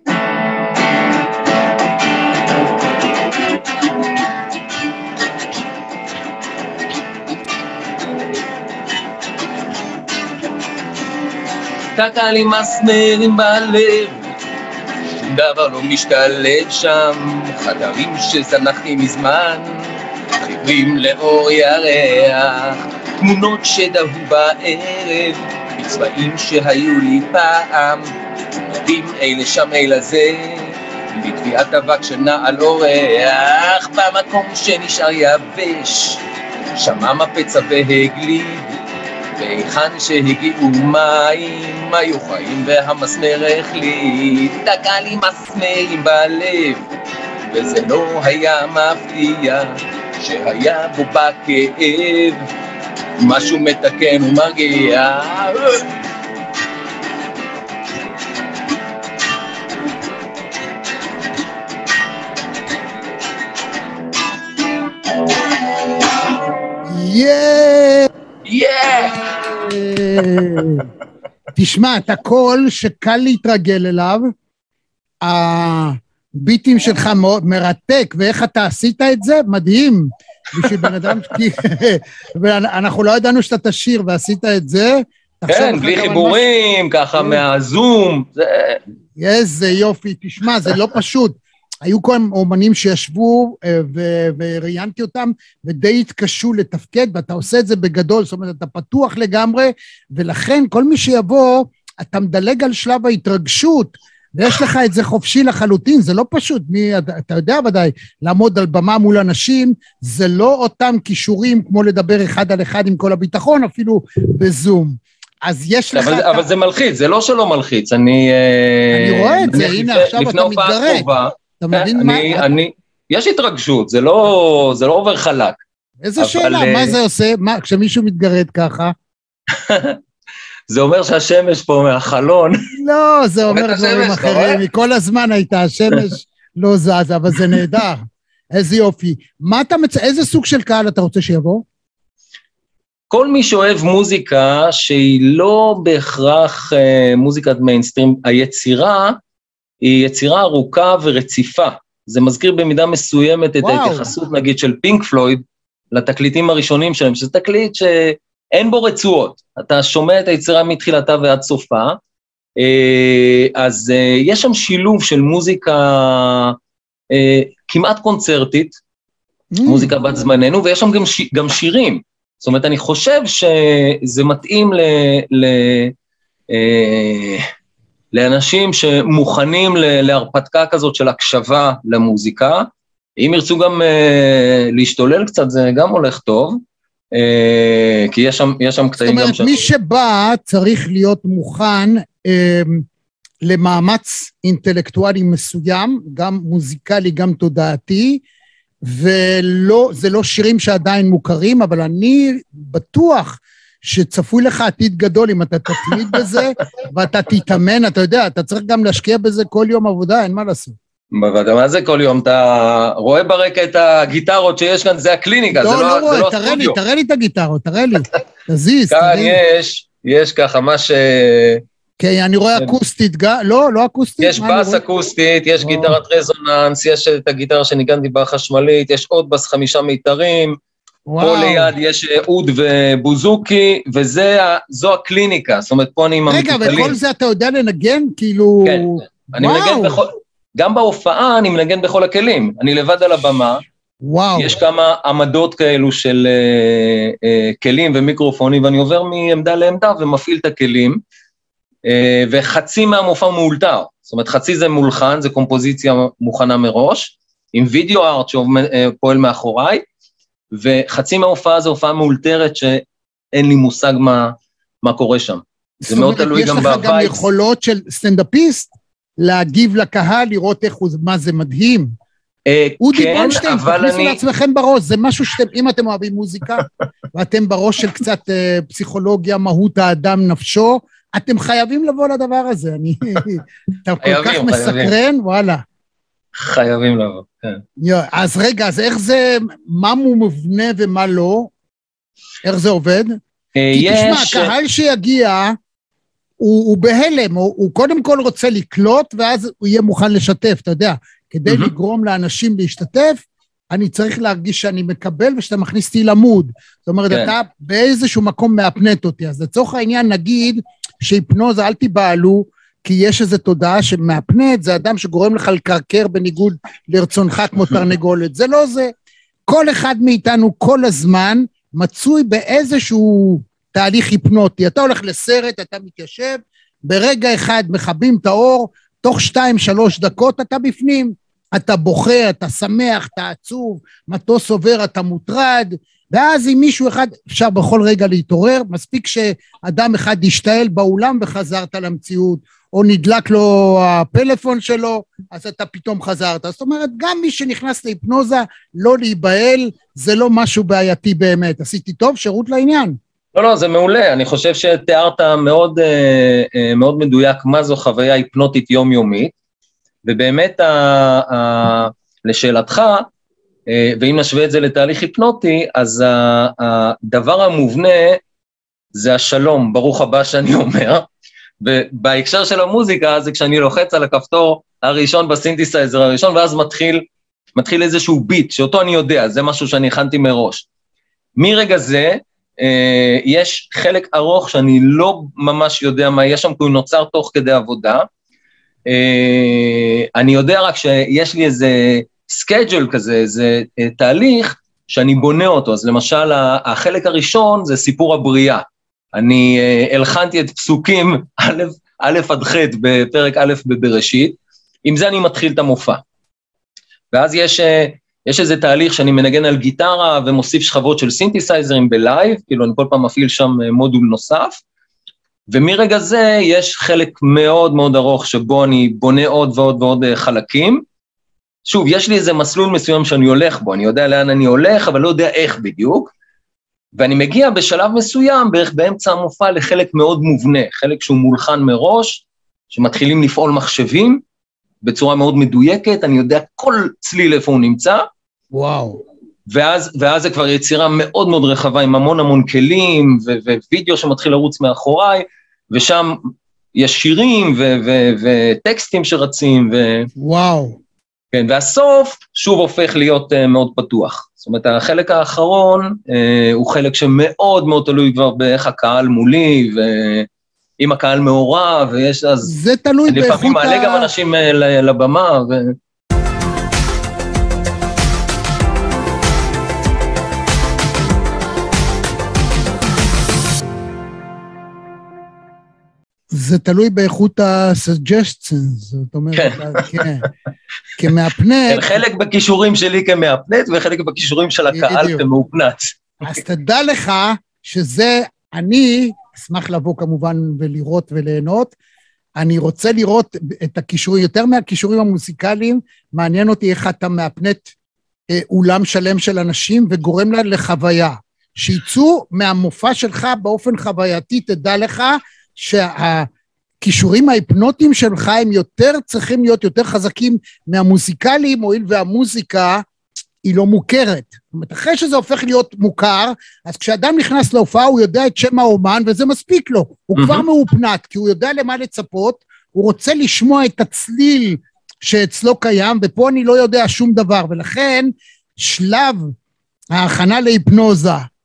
תקע לי מסמרים בלב, דבר לא משתלב שם, חדרים שזנחתי מזמן, חיוורים לאור ירח, תמונות שדהו בערב, בצבעים שהיו לי פעם, נדים אלה שם אלה זה, בתביעת אבק שנע על אורח, במקום שנשאר יבש, שמע מפצע והגליד, ואיכן שהגיעו מים, היו חיים והמסמר החליט, תקע לי מסמרים בלב, וזה לא היה מפתיע, שהיה בו בכאב, משהו מתקן ומרגיע. תשמע, אתה קול שקל להתרגל אליו, הביטים שלך מאוד מרתק, ואיך אתה עשית את זה? מדהים. בשביל בן אדם, ואנחנו לא ידענו שאתה תשיר ועשית את זה. כן, בלי חיבורים, ככה מהזום. איזה יופי, תשמע, זה לא פשוט. היו כל אומנים שישבו וראיינתי אותם, ודי התקשו לתפקד, ואתה עושה את זה בגדול, זאת אומרת, אתה פתוח לגמרי, ולכן כל מי שיבוא, אתה מדלג על שלב ההתרגשות, ויש לך את זה חופשי לחלוטין, זה לא פשוט, אתה יודע ודאי, לעמוד על במה מול אנשים, זה לא אותם כישורים כמו לדבר אחד על אחד עם כל הביטחון, אפילו בזום. אז יש לך... אבל זה מלחיץ, זה לא שלא מלחיץ, אני רואה את זה, הנה עכשיו אתה מתגרה. אתה מבין מה? יש התרגשות, זה לא עובר חלק. איזה שאלה, מה זה עושה? כשמישהו מתגרד ככה? זה אומר שהשמש פה מהחלון. לא, זה אומר דברים אחרים, מכל הזמן הייתה, השמש לא זזה, אבל זה נהדר. איזה יופי. איזה סוג של קהל אתה רוצה שיבוא? כל מי שאוהב מוזיקה, שהיא לא בהכרח מוזיקת מיינסטרים, היצירה היא יצירה ארוכה ורציפה. זה מזכיר במידה מסוימת את ההתייחסות, נגיד, של פינק פלויד, לתקליטים הראשונים שלהם, שזה תקליט שאין בו רצועות. אתה שומע את היצירה מתחילתה ועד סופה, אז יש שם שילוב של מוזיקה כמעט קונצרטית, מוזיקה בת זמננו, ויש שם גם שירים. זאת אומרת, אני חושב שזה מתאים לאנשים שמוכנים להרפתקה כזאת של הקשבה למוזיקה. אם ירצו גם להשתולל קצת, זה גם הולך טוב, כי יש שם קטעים גם... זאת אומרת, מי שבא צריך להיות מוכן למאמץ אינטלקטואלי מסוים, גם מוזיקלי, גם תודעתי, וזה לא שירים שעדיין מוכרים, אבל אני בטוח שצפוי לך עתיד גדול אם אתה תתמיד בזה, ואתה תתאמן, אתה יודע, אתה צריך גם להשקיע בזה כל יום עבודה, אין מה לעשות. בוודאי, מה זה כל יום? אתה רואה ברקע את הגיטרות שיש כאן, זה הקליניקה, זה לא הסטודיו. תראה לי את הגיטרות, תראה לי, תזיז. כאן יש ככה מה ש... כן, אני רואה אקוסטית, לא אקוסטית. יש בס אקוסטית, יש גיטרת רזוננס, יש את הגיטרה שניגנתי בחשמלית, יש עוד בס 5 מיתרים, פה ליד יש אוד ובוזוקי, וזו הקליניקה, זאת אומרת, פה אני עם המטופלים. רגע, וכל זה אתה יודע לנגן, כאילו... כן, אני מנגן גם בהופעה אני מנגן בכל הכלים, אני לבד על הבמה, וואו. יש כמה עמדות כאלו של כלים ומיקרופונים, ואני עובר מעמדה לעמדה ומפעיל את הכלים, וחצי מהמופע מאולתר, זאת אומרת חצי זה מולחן, זה קומפוזיציה מוכנה מראש, עם וידאו ארט שפועל מאחוריי, וחצי מההופעה זה הופעה מאולתרת שאין לי מושג מה קורה שם. זה מאוד תלוי גם בבית. יש לך גם יכולות של סטנדאפיסט, להגיב לקהל, לראות איך הוא, מה זה מדהים. אודי בונשטיין, תכניסו לעצמכם בראש, זה משהו שאתם, אם אתם אוהבים מוזיקה, ואתם בראש של קצת פסיכולוגיה, מהות האדם, נפשו, אתם חייבים לבוא לדבר הזה, אתה כל כך מסקרן, וואלה. חייבים לבוא, כן. אז רגע, אז איך זה, מה הוא מבנה ומה לא? איך זה עובד? כי תשמע, הקהל שיגיע, הוא בהלם, הוא קודם כל רוצה לקלוט, ואז הוא יהיה מוכן לשתף, אתה יודע, כדי לגרום לאנשים להשתתף, אני צריך להרגיש שאני מקבל, ושאתה מכניס אותי למוד. זאת אומרת, אתה באיזשהו מקום מאפנט אותי, אז לצורך העניין נגיד, שהיפנוזה אל תיבעלו, כי יש איזו תודעה שמאפנט, זה אדם שגורם לך לקרקר בניגוד לרצונך כמו תרנגולת, זה לא זה. כל אחד מאיתנו כל הזמן מצוי באיזשהו תהליך היפנוטי, אתה הולך לסרט, אתה מתיישב, ברגע אחד מכבים את האור, תוך 2-3 דקות אתה בפנים, אתה בוכה, אתה שמח, אתה עצוב, מטוס עובר, אתה מוטרד, ואז אם מישהו אחד, אפשר בכל רגע להתעורר, מספיק שאדם אחד ישתעל באולם וחזרת למציאות, או נדלק לו הפלאפון שלו, אז אתה פתאום חזרת. זאת אומרת, גם מי שנכנס להיפנוזה, לא להיבהל, זה לא משהו בעייתי באמת. עשיתי טוב, שירות לעניין. לא, זה מעולה. אני חושב שתיארת מאוד, מאוד מדויק מה זו חוויה היפנוטית יומיומית, ובאמת לשאלתך, ואם נשווה את זה לתהליך היפנוטי, אז הדבר המובנה זה השלום, ברוך הבא שאני אומר, ובהקשר של המוזיקה זה כשאני לוחץ על הכפתור הראשון בסינתסייזר הראשון, ואז מתחיל איזשהו ביט, שאותו אני יודע, זה משהו שאני הכנתי מראש. מרגע זה, יש חלק ארוך שאני לא ממש יודע מה יש שם, כי הוא נוצר תוך כדי עבודה, אני יודע רק שיש לי איזה סקייג'ל כזה, איזה תהליך שאני בונה אותו, אז למשל החלק הראשון זה סיפור הבריאה, אני הלחנתי את פסוקים א' עד ח' בפרק א' בבראשית, עם זה אני מתחיל את המופע, ואז יש איזה תהליך שאני מנגן על גיטרה ומוסיף שכבות של סינתסייזרים בלייב, כאילו אני כל פעם מפעיל שם מודול נוסף, ומרגע זה יש חלק מאוד מאוד ארוך שבו אני בונה עוד ועוד ועוד חלקים, שוב, יש לי איזה מסלול מסוים שאני הולך בו, אני יודע לאן אני הולך, אבל לא יודע איך בדיוק, ואני מגיע בשלב מסוים, בערך באמצע המופע, לחלק מאוד מובנה, חלק שהוא מולחן מראש, שמתחילים לפעול מחשבים, בצורה מאוד מדויקת, אני יודע כל צליל איפה הוא נמצא, וואו. ואז זה כבר יצירה מאוד מאוד רחבה, עם המון המון כלים, ווידאו שמתחיל לרוץ מאחוריי, ושם יש שירים וטקסטים שרצים, וואו. כן, והסוף שוב הופך להיות מאוד פתוח. זאת אומרת, החלק האחרון הוא חלק שמאוד מאוד תלוי כבר באיך הקהל מולי, ואם הקהל מעורב, ויש אז... זה תלוי באיכות לפעמים מעלה גם אנשים לבמה, זה תלוי באיכות ה-suggestions, זאת אומרת, כן, כמאפנט. חלק בכישורים שלי כמאפנט, וחלק בכישורים של הקהל כמאופנט. אז תדע לך שזה, אני אשמח לבוא כמובן ולראות וליהנות, אני רוצה לראות את הכישורים, יותר מהכישורים המוסיקליים, מעניין אותי איך אתה מאפנט אולם שלם של אנשים, וגורם לה לחוויה. שיצאו מהמופע שלך באופן חווייתי, תדע לך, שהכישורים ההיפנוטיים שלך הם יותר צריכים להיות יותר חזקים מהמוזיקליים, הואיל והמוזיקה היא לא מוכרת. זאת אומרת, אחרי שזה הופך להיות מוכר, אז כשאדם נכנס להופעה הוא יודע את שם האומן וזה מספיק לו, הוא כבר מאופנט, כי הוא יודע למה לצפות, הוא רוצה לשמוע את הצליל שאצלו קיים, ופה אני לא יודע שום דבר, ולכן שלב ההכנה להיפנוזה,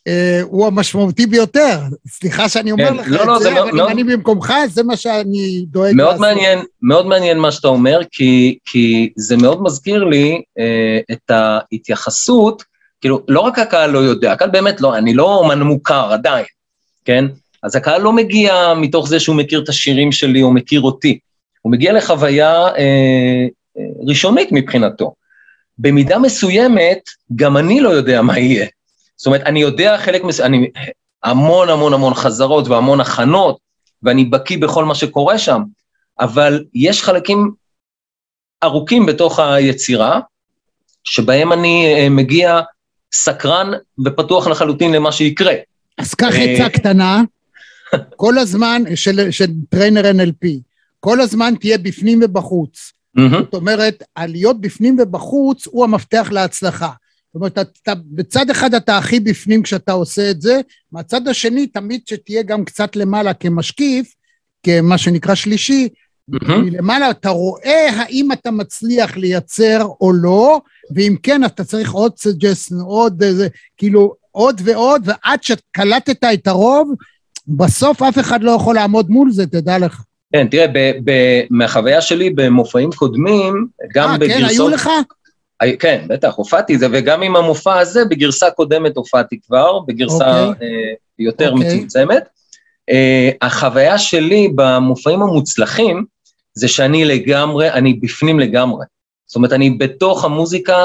הוא המשמעותי ביותר. סליחה שאני אומר לך את זה, אבל אם אני במקומך, זה מה שאני דואג לעשות. מאוד מעניין מה שאתה אומר, כי זה מאוד מזכיר לי את ההתייחסות, כאילו, לא רק הקהל לא יודע, הקהל באמת לא, אני לא אומן מוכר עדיין, כן? אז הקהל לא מגיע מתוך זה שהוא מכיר את השירים שלי, או מכיר אותי, הוא מגיע לחוויה ראשונית מבחינתו. במידה מסוימת, גם אני לא יודע מה יהיה. זאת אומרת, אני יודע חלק מסוים, המון חזרות והמון הכנות, ואני בקיא בכל מה שקורה שם, אבל יש חלקים ארוכים בתוך היצירה, שבהם אני מגיע סקרן ופתוח לחלוטין למה שיקרה. אז כך עצה קטנה, כל הזמן של טריינר NLP, כל הזמן תהיה בפנים ובחוץ. זאת אומרת, להיות בפנים ובחוץ הוא המפתח להצלחה. זאת אומרת, בצד אחד אתה הכי בפנים כשאתה עושה את זה, מהצד השני תמיד שתהיה גם קצת למעלה כמשקיף, כמה שנקרא שלישי, למעלה אתה רואה האם אתה מצליח לייצר או לא, ואם כן אתה צריך עוד סג'סטן, עוד כאילו עוד ועוד, ועד שקלטת את הרוב, בסוף אף אחד לא יכול לעמוד מול זה, תדע לך. כן, תראה, מהחוויה שלי במופעים קודמים, גם בגרסות... כן, היו לך? כן, בטח, הופעתי זה, וגם עם המופע הזה, בגרסה קודמת הופעתי כבר, בגרסה יותר מצומצמת. החוויה שלי במופעים המוצלחים, זה שאני לגמרי, אני בפנים לגמרי. זאת אומרת, אני בתוך המוזיקה,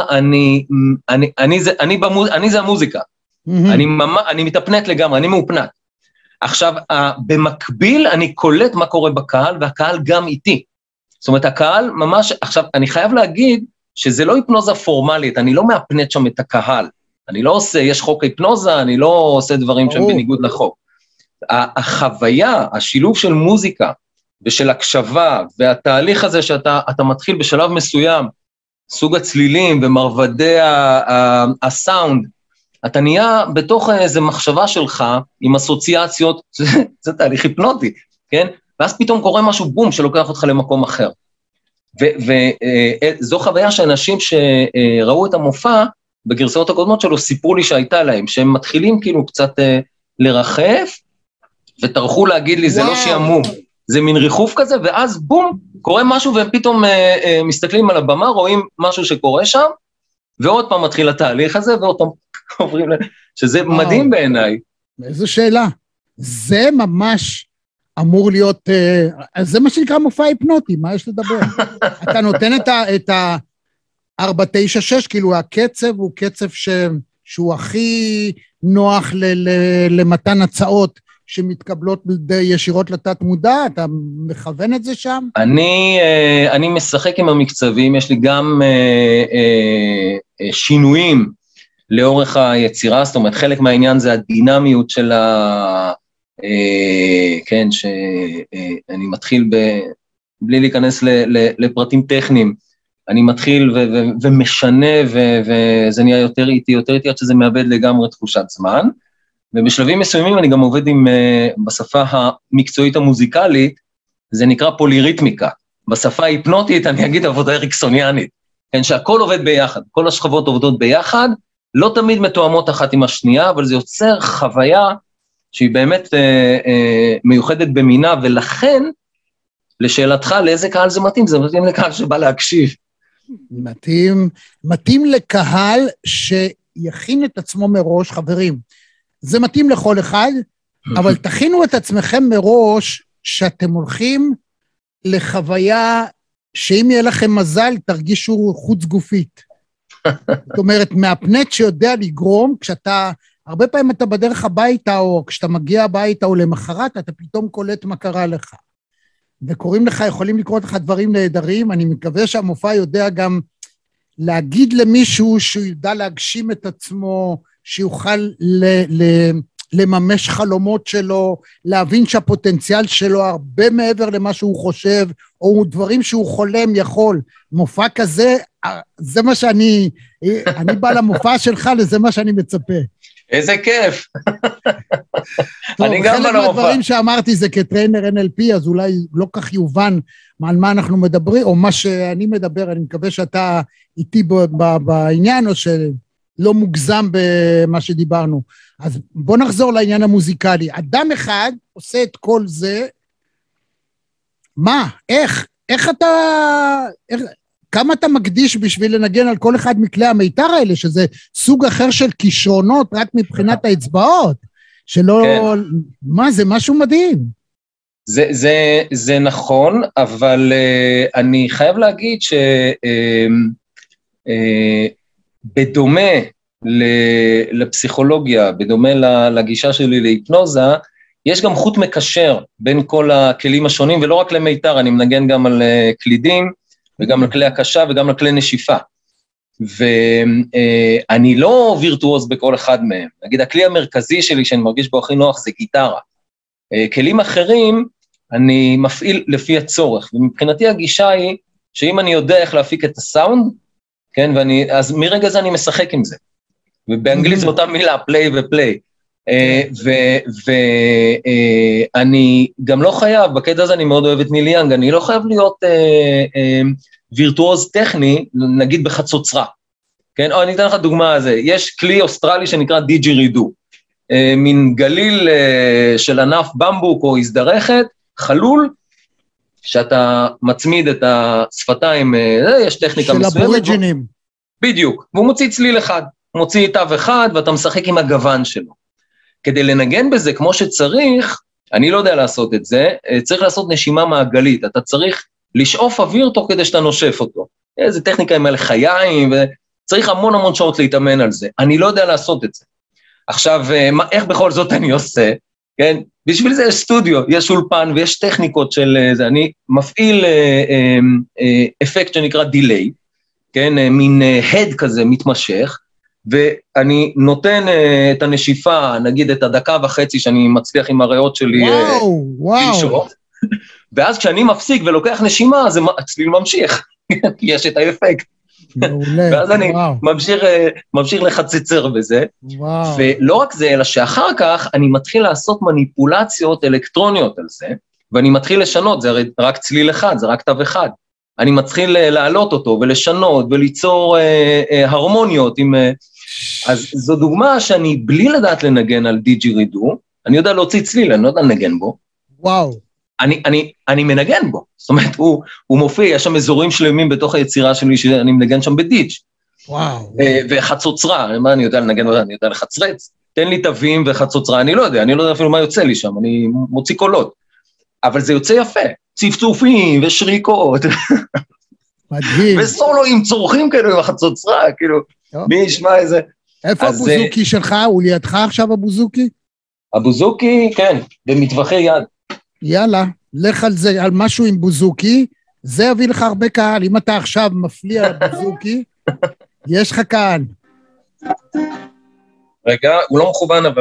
אני זה המוזיקה. אני מתפנק לגמרי, אני מאופנק. עכשיו, במקביל אני קולט מה קורה בקהל, והקהל גם איתי. זאת אומרת, הקהל ממש, עכשיו, אני חייב להגיד, שזה לא היפנוזה פורמלית, אני לא מאפנט שם את הקהל. אני לא עושה, יש חוק היפנוזה, אני לא עושה דברים שהם בניגוד לחוק. החוויה, השילוב של מוזיקה, ושל הקשבה, והתהליך הזה שאתה מתחיל בשלב מסוים, סוג הצלילים ומרבדי הסאונד, אתה נהיה בתוך איזו מחשבה שלך, עם אסוציאציות, זה תהליך היפנוטי, כן? ואז פתאום קורה משהו בום, שלוקח אותך למקום אחר. וזו חוויה שאנשים שראו את המופע, בגרסאות הקודמות שלו, סיפרו לי שהייתה להם, שהם מתחילים כאילו קצת לרחף, וטרחו להגיד לי, זה לא שיעמום, זה מין ריחוף כזה, ואז בום, קורה משהו, והם פתאום מסתכלים על הבמה, רואים משהו שקורה שם, ועוד פעם מתחיל התהליך הזה, ועוד פעם עוברים, שזה מדהים בעיניי. איזו שאלה. זה ממש אמור להיות, זה מה שנקרא מופע היפנוטי, מה יש לדבר? אתה נותן את ה-496, כאילו הקצב הוא קצב שהוא הכי נוח למתן הצעות, שמתקבלות ישירות לתת מודע, אתה מכוון את זה שם? אני משחק עם המקצבים, יש לי גם שינויים לאורך היצירה, זאת אומרת, חלק מהעניין זה הדינמיות של כן, שאני מתחיל בלי להיכנס לפרטים טכניים, אני מתחיל ומשנה, וזה נהיה יותר איטי, עד שזה מאבד לגמרי תחושת זמן, ובשלבים מסוימים אני גם עובד בשפה המקצועית המוזיקלית, זה נקרא פוליריתמיקה. בשפה ההיפנוטית אני אגיד עבודה אריקסוניאנית, כן, שהכל עובד ביחד, כל השכבות עובדות ביחד, לא תמיד מתואמות אחת עם השנייה, אבל זה יוצר חוויה שהיא באמת מיוחדת במינה, ולכן, לשאלתך, לאיזה קהל זה מתאים? זה מתאים לקהל שבא להקשיב. מתאים לקהל שיכין את עצמו מראש, חברים. זה מתאים לכל אחד, אבל תכינו את עצמכם מראש שאתם הולכים לחוויה שאם יהיה לכם מזל, תרגישו חוץ גופית. זאת אומרת, מהפנט שיודע לגרום, כשאתה, הרבה פעמים אתה בדרך הביתה, או כשאתה מגיע הביתה או למחרת, אתה פתאום קולט מה קרה לך. וקוראים לך, יכולים לקרות לך דברים נהדרים, אני מקווה שהמופע יודע גם להגיד למישהו שהוא ידע להגשים את עצמו, שיוכל לממש חלומות שלו, להבין שהפוטנציאל שלו הרבה מעבר למה שהוא חושב, או דברים שהוא חולם יכול. מופע כזה, זה מה אני בא למופע שלך, לזה מה שאני מצפה. איזה כיף. אני גם בא למופע. חלק מהדברים שאמרתי זה כטריינר NLP, אז אולי לא כך יובן על מה אנחנו מדברים, או מה שאני מדבר, אני מקווה שאתה איתי בעניין, או לא מוגזם במה שדיברנו. אז בוא נחזור לעניין המוזיקלי. אדם אחד עושה את כל זה, מה? איך אתה... כמה אתה מקדיש בשביל לנגן על כל אחד מכלי המיתר האלה, שזה סוג אחר של כישרונות רק מבחינת האצבעות, שלא... כן. מה, זה משהו מדהים. זה נכון, אבל אני חייב להגיד שבדומה לפסיכולוגיה, בדומה לגישה שלי להיפנוזה, יש גם חוט מקשר בין כל הכלים השונים, ולא רק למיתר, אני מנגן גם על קלידים, וגם לכלי הקשה וגם לכלי נשיפה. ואני לא וירטואוז בכל אחד מהם. נגיד, הכלי המרכזי שלי שאני מרגיש בו הכי נוח זה גיטרה. כלים אחרים אני מפעיל לפי הצורך, ומבחינתי הגישה היא שאם אני יודע איך להפיק את הסאונד, כן, אז מרגע זה אני משחק עם זה. ובאנגלית זו אותה מילה, פליי ופליי. ואני גם לא חייב, בקטע הזה אני מאוד אוהב את ניל יאנג, אני לא חייב להיות וירטואוז טכני, נגיד בחצוצרה, כן? או אני אתן לך דוגמה על זה, יש כלי אוסטרלי שנקרא דיג'ירידו, מין גליל של ענף במבוק או הזדרכת, חלול, שאתה מצמיד את השפתיים, יש טכניקה מסוימת. של הבוריג'ינים. בדיוק, והוא מוציא צליל אחד, מוציא תו אחד, ואתה משחק עם הגוון שלו. כדי לנגן בזה כמו שצריך, אני לא יודע לעשות את זה, צריך לעשות נשימה מעגלית, אתה צריך לשאוף אוויר תוך כדי שאתה נושף אותו. איזה טכניקה עם לחיים, וצריך המון שעות להתאמן על זה. אני לא יודע לעשות את זה. עכשיו, איך בכל זאת אני עושה? כן? בשביל זה יש סטודיו, יש אולפן ויש טכניקות של זה. אני מפעיל אפקט שנקרא דיליי, כן? מין הד כזה מתמשך, ואני נותן את הנשיפה, נגיד את הדקה וחצי שאני מצליח עם הריאות שלי לנשוף, ואז כשאני מפסיק ולוקח נשימה, אז הצליל ממשיך, כי יש את האפקט. ואז אני ממשיך לחצצר בזה, ולא רק זה, אלא שאחר כך אני מתחיל לעשות מניפולציות אלקטרוניות על זה, ואני מתחיל לשנות, זה רק צליל אחד, זה רק תו אחד. אני מתחיל להעלות אותו ולשנות וליצור הרמוניות עם... אז זו דוגמה שאני בלי לדעת לנגן על דיג'ירידו, אני יודע להוציא צליל, אני לא יודע לנגן בו. וואו. אני מנגן בו, זאת אומרת, הוא מופיע, יש שם אזורים שלמים בתוך היצירה שלי שאני מנגן שם בדיג'. וואו. וחצוצרה, מה אני יודע לנגן, אני יודע לחצרץ, תן לי תווים וחצוצרה, אני לא יודע אפילו מה יוצא לי שם, אני מוציא קולות, אבל זה יוצא יפה. צפצופים ושריקות, מדהים. וסולואים צורכים כאלו עם החצוצרה, כאילו, מי ישמע איזה... איפה הבוזוקי שלך? הוא לידך עכשיו הבוזוקי? הבוזוקי, כן, במטווחי יד. יאללה, לך על זה, על משהו עם בוזוקי, זה יביא לך הרבה קהל, אם אתה עכשיו מפליע על הבוזוקי, יש לך קהל. רגע, הוא לא מכוון אבל...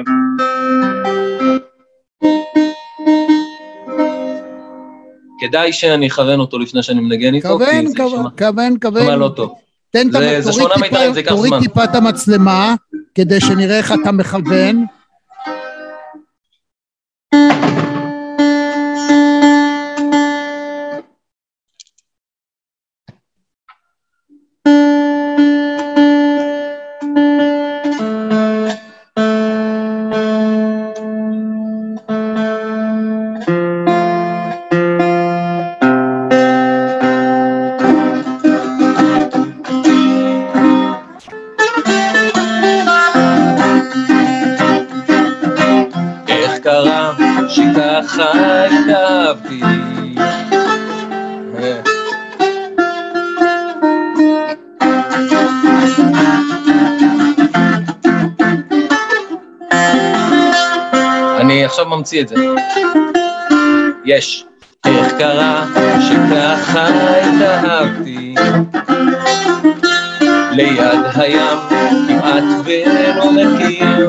כדאי שאני אכוון אותו לפני שאני מנגן איתו. כוון. שומע לא טוב. תוריד טיפה את המצלמה, כדי שנראה איך אתה מכוון. אני עכשיו ממציא את זה. יש. איך קרה שככה התאהבתי ליד הים כמעט ולא מכיר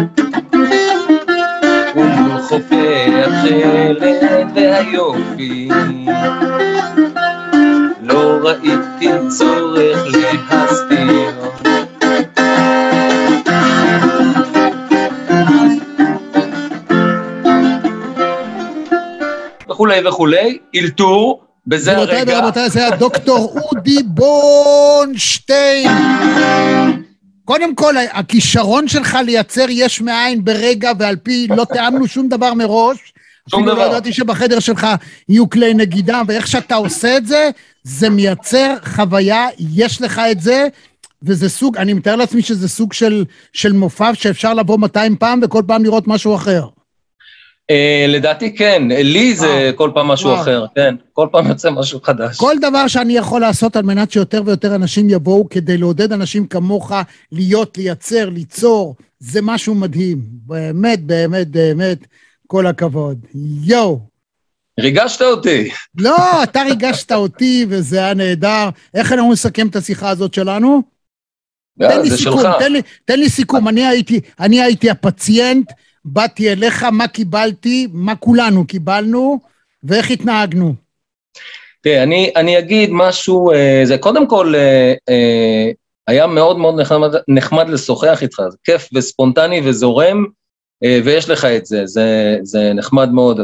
ומול חופי התכלת והיופי לא ראיתי צורך להסתיר וכולי, אילתור, בזה הרגע... רבותיי, זה הדוקטור אודי בונשטיין. קודם כל, הכישרון שלך לייצר יש מאין ברגע, ועל פי לא תאמנו שום דבר מראש, שום דבר. לא ידעתי שבחדר שלך יהיו כלי נגידה, ואיך שאתה עושה את זה, זה מייצר חוויה, יש לך את זה, וזה סוג, אני מתאר לעצמי שזה סוג של מופע שאפשר לבוא 200 פעם, וכל פעם לראות משהו אחר. לדעתי כן, לי זה כל פעם משהו אחר, כן, כל פעם יוצא משהו חדש. כל דבר שאני יכול לעשות על מנת שיותר ויותר אנשים יבואו, כדי לעודד אנשים כמוך להיות, לייצר, ליצור, זה משהו מדהים. באמת, באמת, באמת, כל הכבוד. יו! ריגשת אותי. לא, אתה ריגשת אותי, וזה היה נהדר. איך אנחנו נסכם את השיחה הזאת שלנו? תן לי סיכום, תן לי סיכום. אני הייתי הפציינט, באתי אליך, מה קיבלתי, מה כולנו קיבלנו, ואיך התנהגנו. תראה, אני אגיד משהו, זה קודם כל, היה מאוד מאוד נחמד לשוחח איתך, זה כיף וספונטני וזורם, ויש לך את זה, זה נחמד מאוד,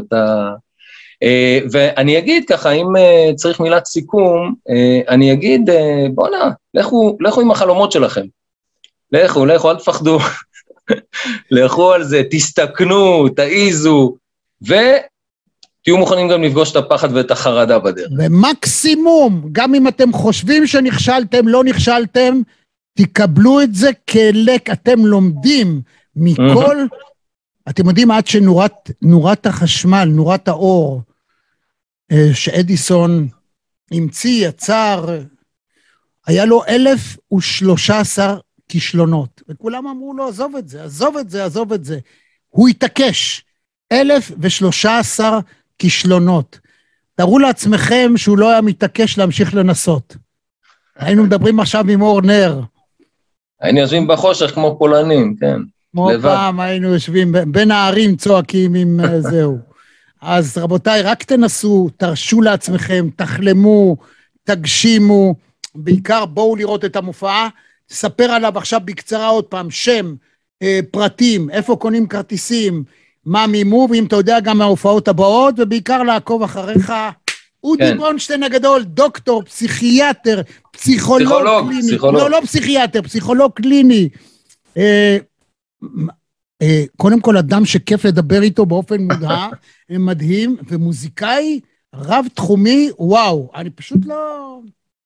ואני אגיד ככה, אם צריך מילת סיכום, אני אגיד, בוא'נה, לכו עם החלומות שלכם, לכו, אל תפחדו, לכו על זה, תסתכנו, תעיזו, ותהיו מוכנים גם לפגוש את הפחד ואת החרדה בדרך. ומקסימום, גם אם אתם חושבים שנכשלתם, לא נכשלתם, תקבלו את זה כלק, אתם לומדים מכל, אתם יודעים עד שנורת החשמל, נורת האור, שאדיסון המציא, יצר, היה לו 1,013 כישלונות, וכולם אמרו לו, עזוב את זה, עזוב את זה, עזוב את זה. הוא התעקש, 1,013 כישלונות. תראו לעצמכם שהוא לא היה מתעקש להמשיך לנסות. היינו מדברים עכשיו עם אור נר. היינו יושבים בחושך כמו פולנים, כן. כמו פעם היינו יושבים בין הערים צועקים עם זהו. אז רבותיי, רק תנסו, תרשו לעצמכם, תחלמו, תגשימו, בעיקר בואו לראות את המופעה, תספר עליו עכשיו בקצרה עוד פעם, שם, פרטים, איפה קונים כרטיסים, מה מימו, ואם אתה יודע גם מההופעות הבאות, ובעיקר לעקוב אחריך, אודי בונשטיין הגדול, דוקטור, פסיכיאטר, פסיכולוג קליני, לא פסיכיאטר, פסיכולוג קליני, קודם כל אדם שכיף לדבר איתו באופן מדהים, ומוזיקאי רב תחומי, וואו, אני פשוט לא...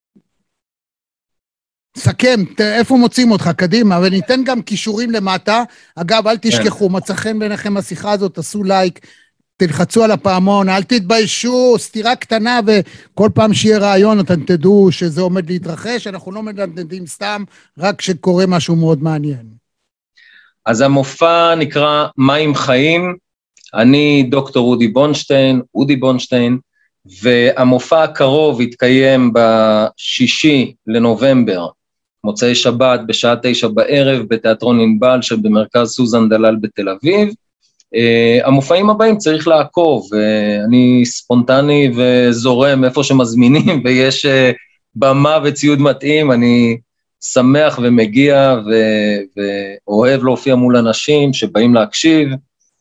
סכם, איפה מוצאים אותך, קדימה, וניתן גם קישורים למטה, אגב, אל תשכחו, מצא חן ביניכם השיחה הזאת, תעשו לייק, תלחצו על הפעמון, אל תתביישו, סתירה קטנה, וכל פעם שיהיה רעיון, אתם תדעו שזה עומד להתרחש, אנחנו לא מדברים סתם, רק שקורה משהו מאוד מעניין. אז המופע נקרא מים חיים, אני דוקטור אודי בונשטיין, והמופע הקרוב יתקיים ב6 לנובמבר, מוצאי שבת בשעה 9 בערב, בתיאטרון ענבל שבמרכז סוזן דלל בתל אביב. המופעים הבאים צריך לעקוב, אני ספונטני וזורם איפה שמזמינים, ויש במה וציוד מתאים, אני שמח ומגיע ואוהב להופיע מול אנשים שבאים להקשיב,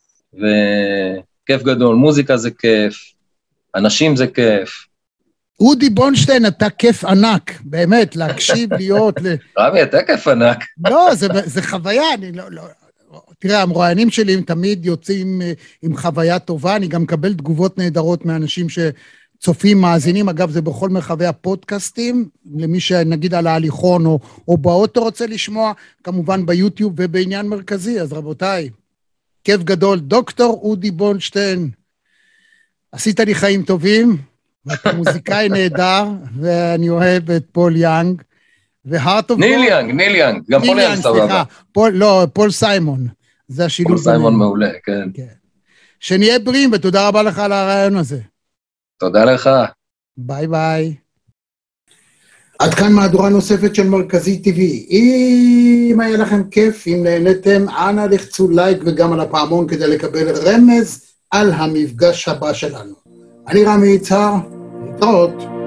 וכיף גדול, מוזיקה זה כיף, אנשים זה כיף. אודי בונשטיין, אתה כיף ענק, באמת, להקשיב, להיות... רבי, אתה כיף ענק. לא, זה חוויה, אני לא... תראה, המרואיינים שלי הם תמיד יוצאים עם חוויה טובה, אני גם מקבל תגובות נהדרות מאנשים שצופים, מאזינים, אגב, זה בכל מרחבי הפודקאסטים, למי שנגיד על ההליכון או באוטו רוצה לשמוע, כמובן ביוטיוב ובעניין מרכזי, אז רבותיי, כיף גדול, דוקטור אודי בונשטיין, עשית לי חיים טובים, ואתה מוזיקאי נהדר, ואני אוהב את פול יאנג, ניל יאנג, גם פול יאנג סבבה. לא, פול סיימון, זה השילוב. פול סיימון מעולה, כן. שנהיה בריאים, ותודה רבה לך על הרעיון הזה. תודה לך. ביי ביי. עד כאן מהדורה נוספת של מרכזי TV. אם היה לכם כיף, אם נהנתם, אנא לחצו לייק וגם על הפעמון כדי לקבל רמז על המפגש הבא שלנו. אני רמי יצהר, להתראות.